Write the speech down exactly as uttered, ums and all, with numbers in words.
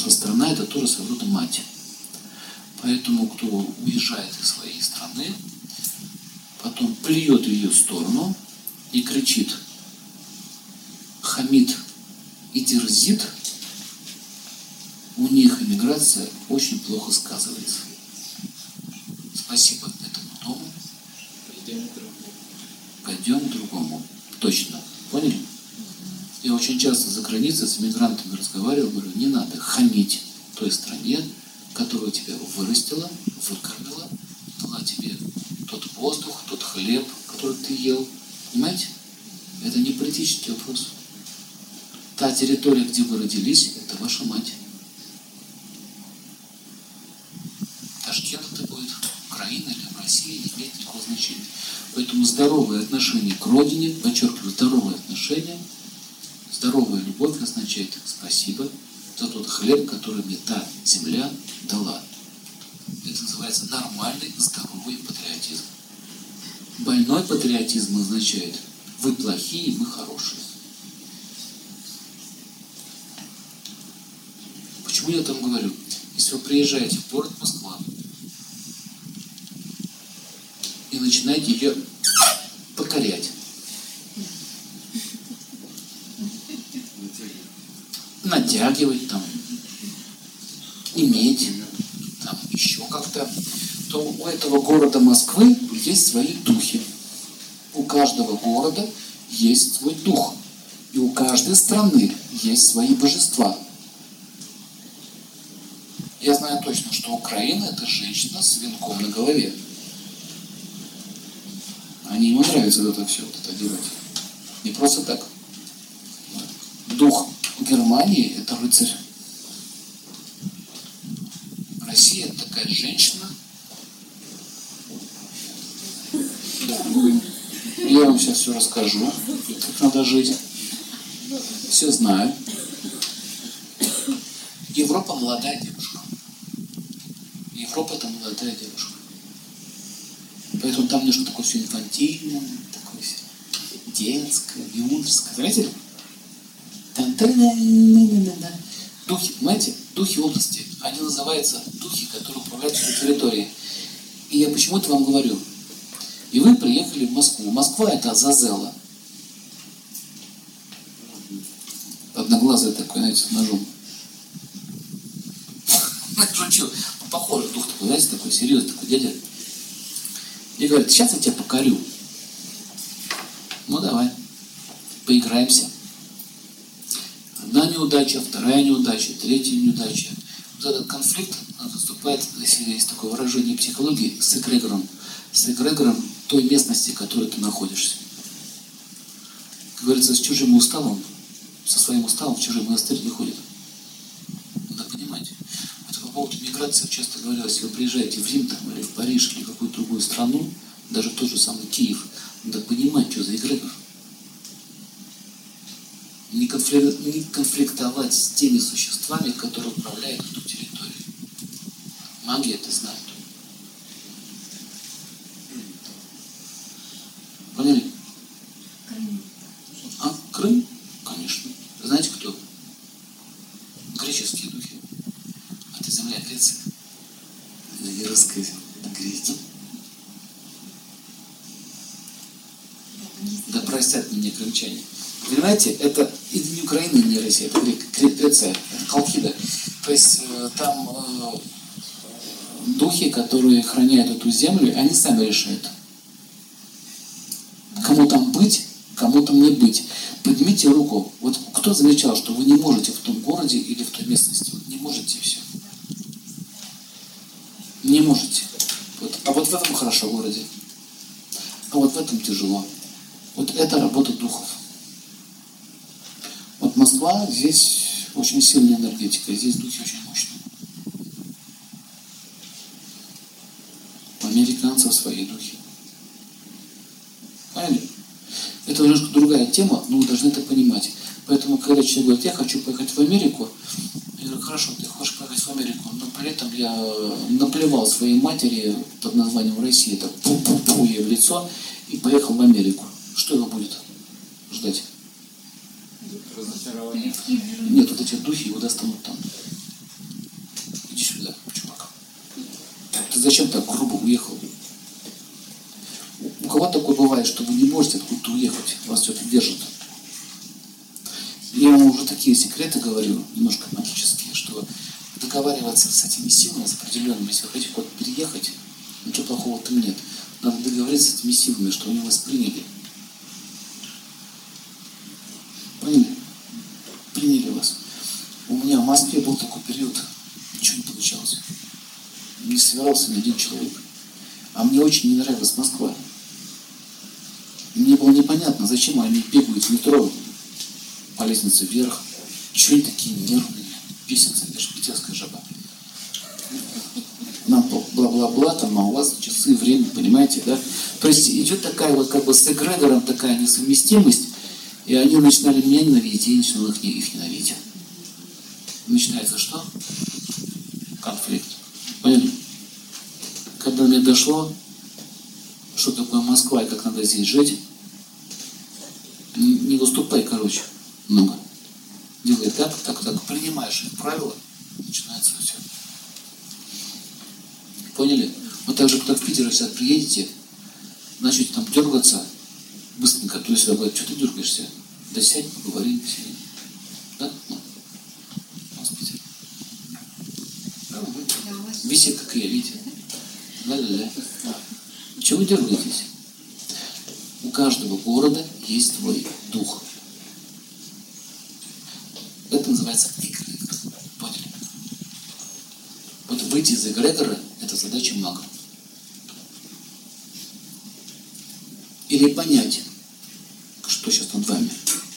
наша страна – это тоже своего рода мать. Поэтому, кто уезжает из своей страны, потом плюет в ее сторону и кричит, хамит и дерзит, у них иммиграция очень плохо сказывается. Спасибо этому дому. Пойдем к другому. Точно. Поняли? Я очень часто за границей с иммигрантами разговаривал, говорю, не надо хамить той стране, которая тебя вырастила, выкормила, дала тебе тот воздух, тот хлеб, который ты ел. Понимаете? Это не политический вопрос. Та территория, где вы родились, это ваша мать. Даже где это будет, Украина или Россия, не имеет никакого значения. Поэтому здоровое отношение к родине, подчеркиваю, здоровое отношение, здоровая любовь означает спасибо за тот хлеб, который мне та земля дала. Это называется нормальный, здоровый патриотизм. Больной патриотизм означает вы плохие, мы хорошие. Почему я там говорю? Если вы приезжаете в город Москва и начинаете ее покорять, натягивать, там, иметь, там, еще как-то, то у этого города Москвы есть свои духи. У каждого города есть свой дух. И у каждой страны есть свои божества. Я знаю точно, что Украина – это женщина с венком на голове. Они ему нравится вот это все, вот это делать. Не просто так. Дух Германии – это рыцарь. Россия – это такая женщина. Я вам сейчас все расскажу, как надо жить. Все знаю. Европа – молодая девушка. Европа – это молодая девушка. Поэтому там немножко такое все инфантильное, такое все детское, юношеское. Знаете? Духи, понимаете? Духи области. Они называются духи, которые управляют этой территорией. И я почему-то вам говорю. И вы приехали в Москву. Москва – это Азазела. Одноглазый такой, знаете, с ножом. Шучу. Похожий дух такой, знаете, такой серьезный такой дядя. И говорит, сейчас я тебя покорю. Ну давай, поиграемся. Одна неудача, вторая неудача, третья неудача. Вот этот конфликт наступает, если есть такое выражение психологии, с эгрегором. С эгрегором той местности, в которой ты находишься. Как говорится, с чужим уставом, со своим уставом в чужой монастырь не ходит. Надо понимать. Вот по поводу миграции часто говорю, если вы приезжаете в Рим там, или в Париж, или в какую-то другую страну, даже тот же самый Киев, надо понимать, что за эгрегор. Не, конфли... не конфликтовать с теми существами, которые управляют эту территорию. Маги это знают. Поняли? Крым. А, Крым? Конечно. Знаете кто? Греческие духи. Это земля Греции. Это не русская земля, это греки. Да простят меня крымчане. Понимаете, это и не Украина, и не Россия, это Греция, это Колхида. То есть э, там э, духи, которые храняют эту землю, они сами решают. Кому там быть, кому там не быть. Поднимите руку. Вот кто замечал, что вы не можете в том городе или в той местности? Вот не можете, и все. Не можете. Вот. А вот в этом хорошо городе. А вот в этом тяжело. Вот это работа духов. Вот Москва, здесь очень сильная энергетика, здесь духи очень мощные. У американцев свои духи. Поняли? Это немножко другая тема, но вы должны это понимать. Поэтому, когда человек говорит, я хочу поехать в Америку, я говорю, хорошо, ты хочешь поехать в Америку, но при этом я наплевал своей матери под названием Россия, так пу-пу-пу ей в лицо, и поехал в Америку. Что его будет ждать? Разочарование. Нет, вот эти духи его достанут там. зачем так грубо уехал? У кого такое бывает, что вы не можете откуда-то уехать, вас что-то держит? Я вам уже такие секреты говорю, немножко магические, что договариваться с этими силами, с определенными, если вы хотите куда-то переехать, ничего плохого там нет. Надо договориться с этими силами, что они вас приняли. Поняли? Приняли вас. У меня в Москве был такой период, ничего не получалось. Не собирался ни один человек. А мне очень не нравилась Москва. Мне было непонятно, зачем они бегают в метро по лестнице вверх. Чего они такие нервные? Бесятся, это же питерская жаба. Нам бла-бла-бла, там, а у вас часы, время, понимаете, да? То есть идет такая вот как бы с эгрегором такая несовместимость, и они начинали меня ненавидеть, и я начинал их, их ненавидеть. Начинается что? Конфликт. Поняли? Когда мне дошло, что такое Москва и как надо здесь жить, не, не выступай, короче, много. Делай так, так, так, принимаешь их правила, начинается все. Поняли? Вот так же, когда в Питер сейчас приедете, начнете там дергаться быстренько, то есть говорят, что ты дергаешься? Да сядь, поговорим, сядь. Да? Ну. Господи. Висит, как и я, видите? Да-да-да. Чего вы дергаетесь? У каждого города есть свой дух. Это называется эгрегор. Поняли? Вот выйти из эгрегора – это задача мага. Или понять,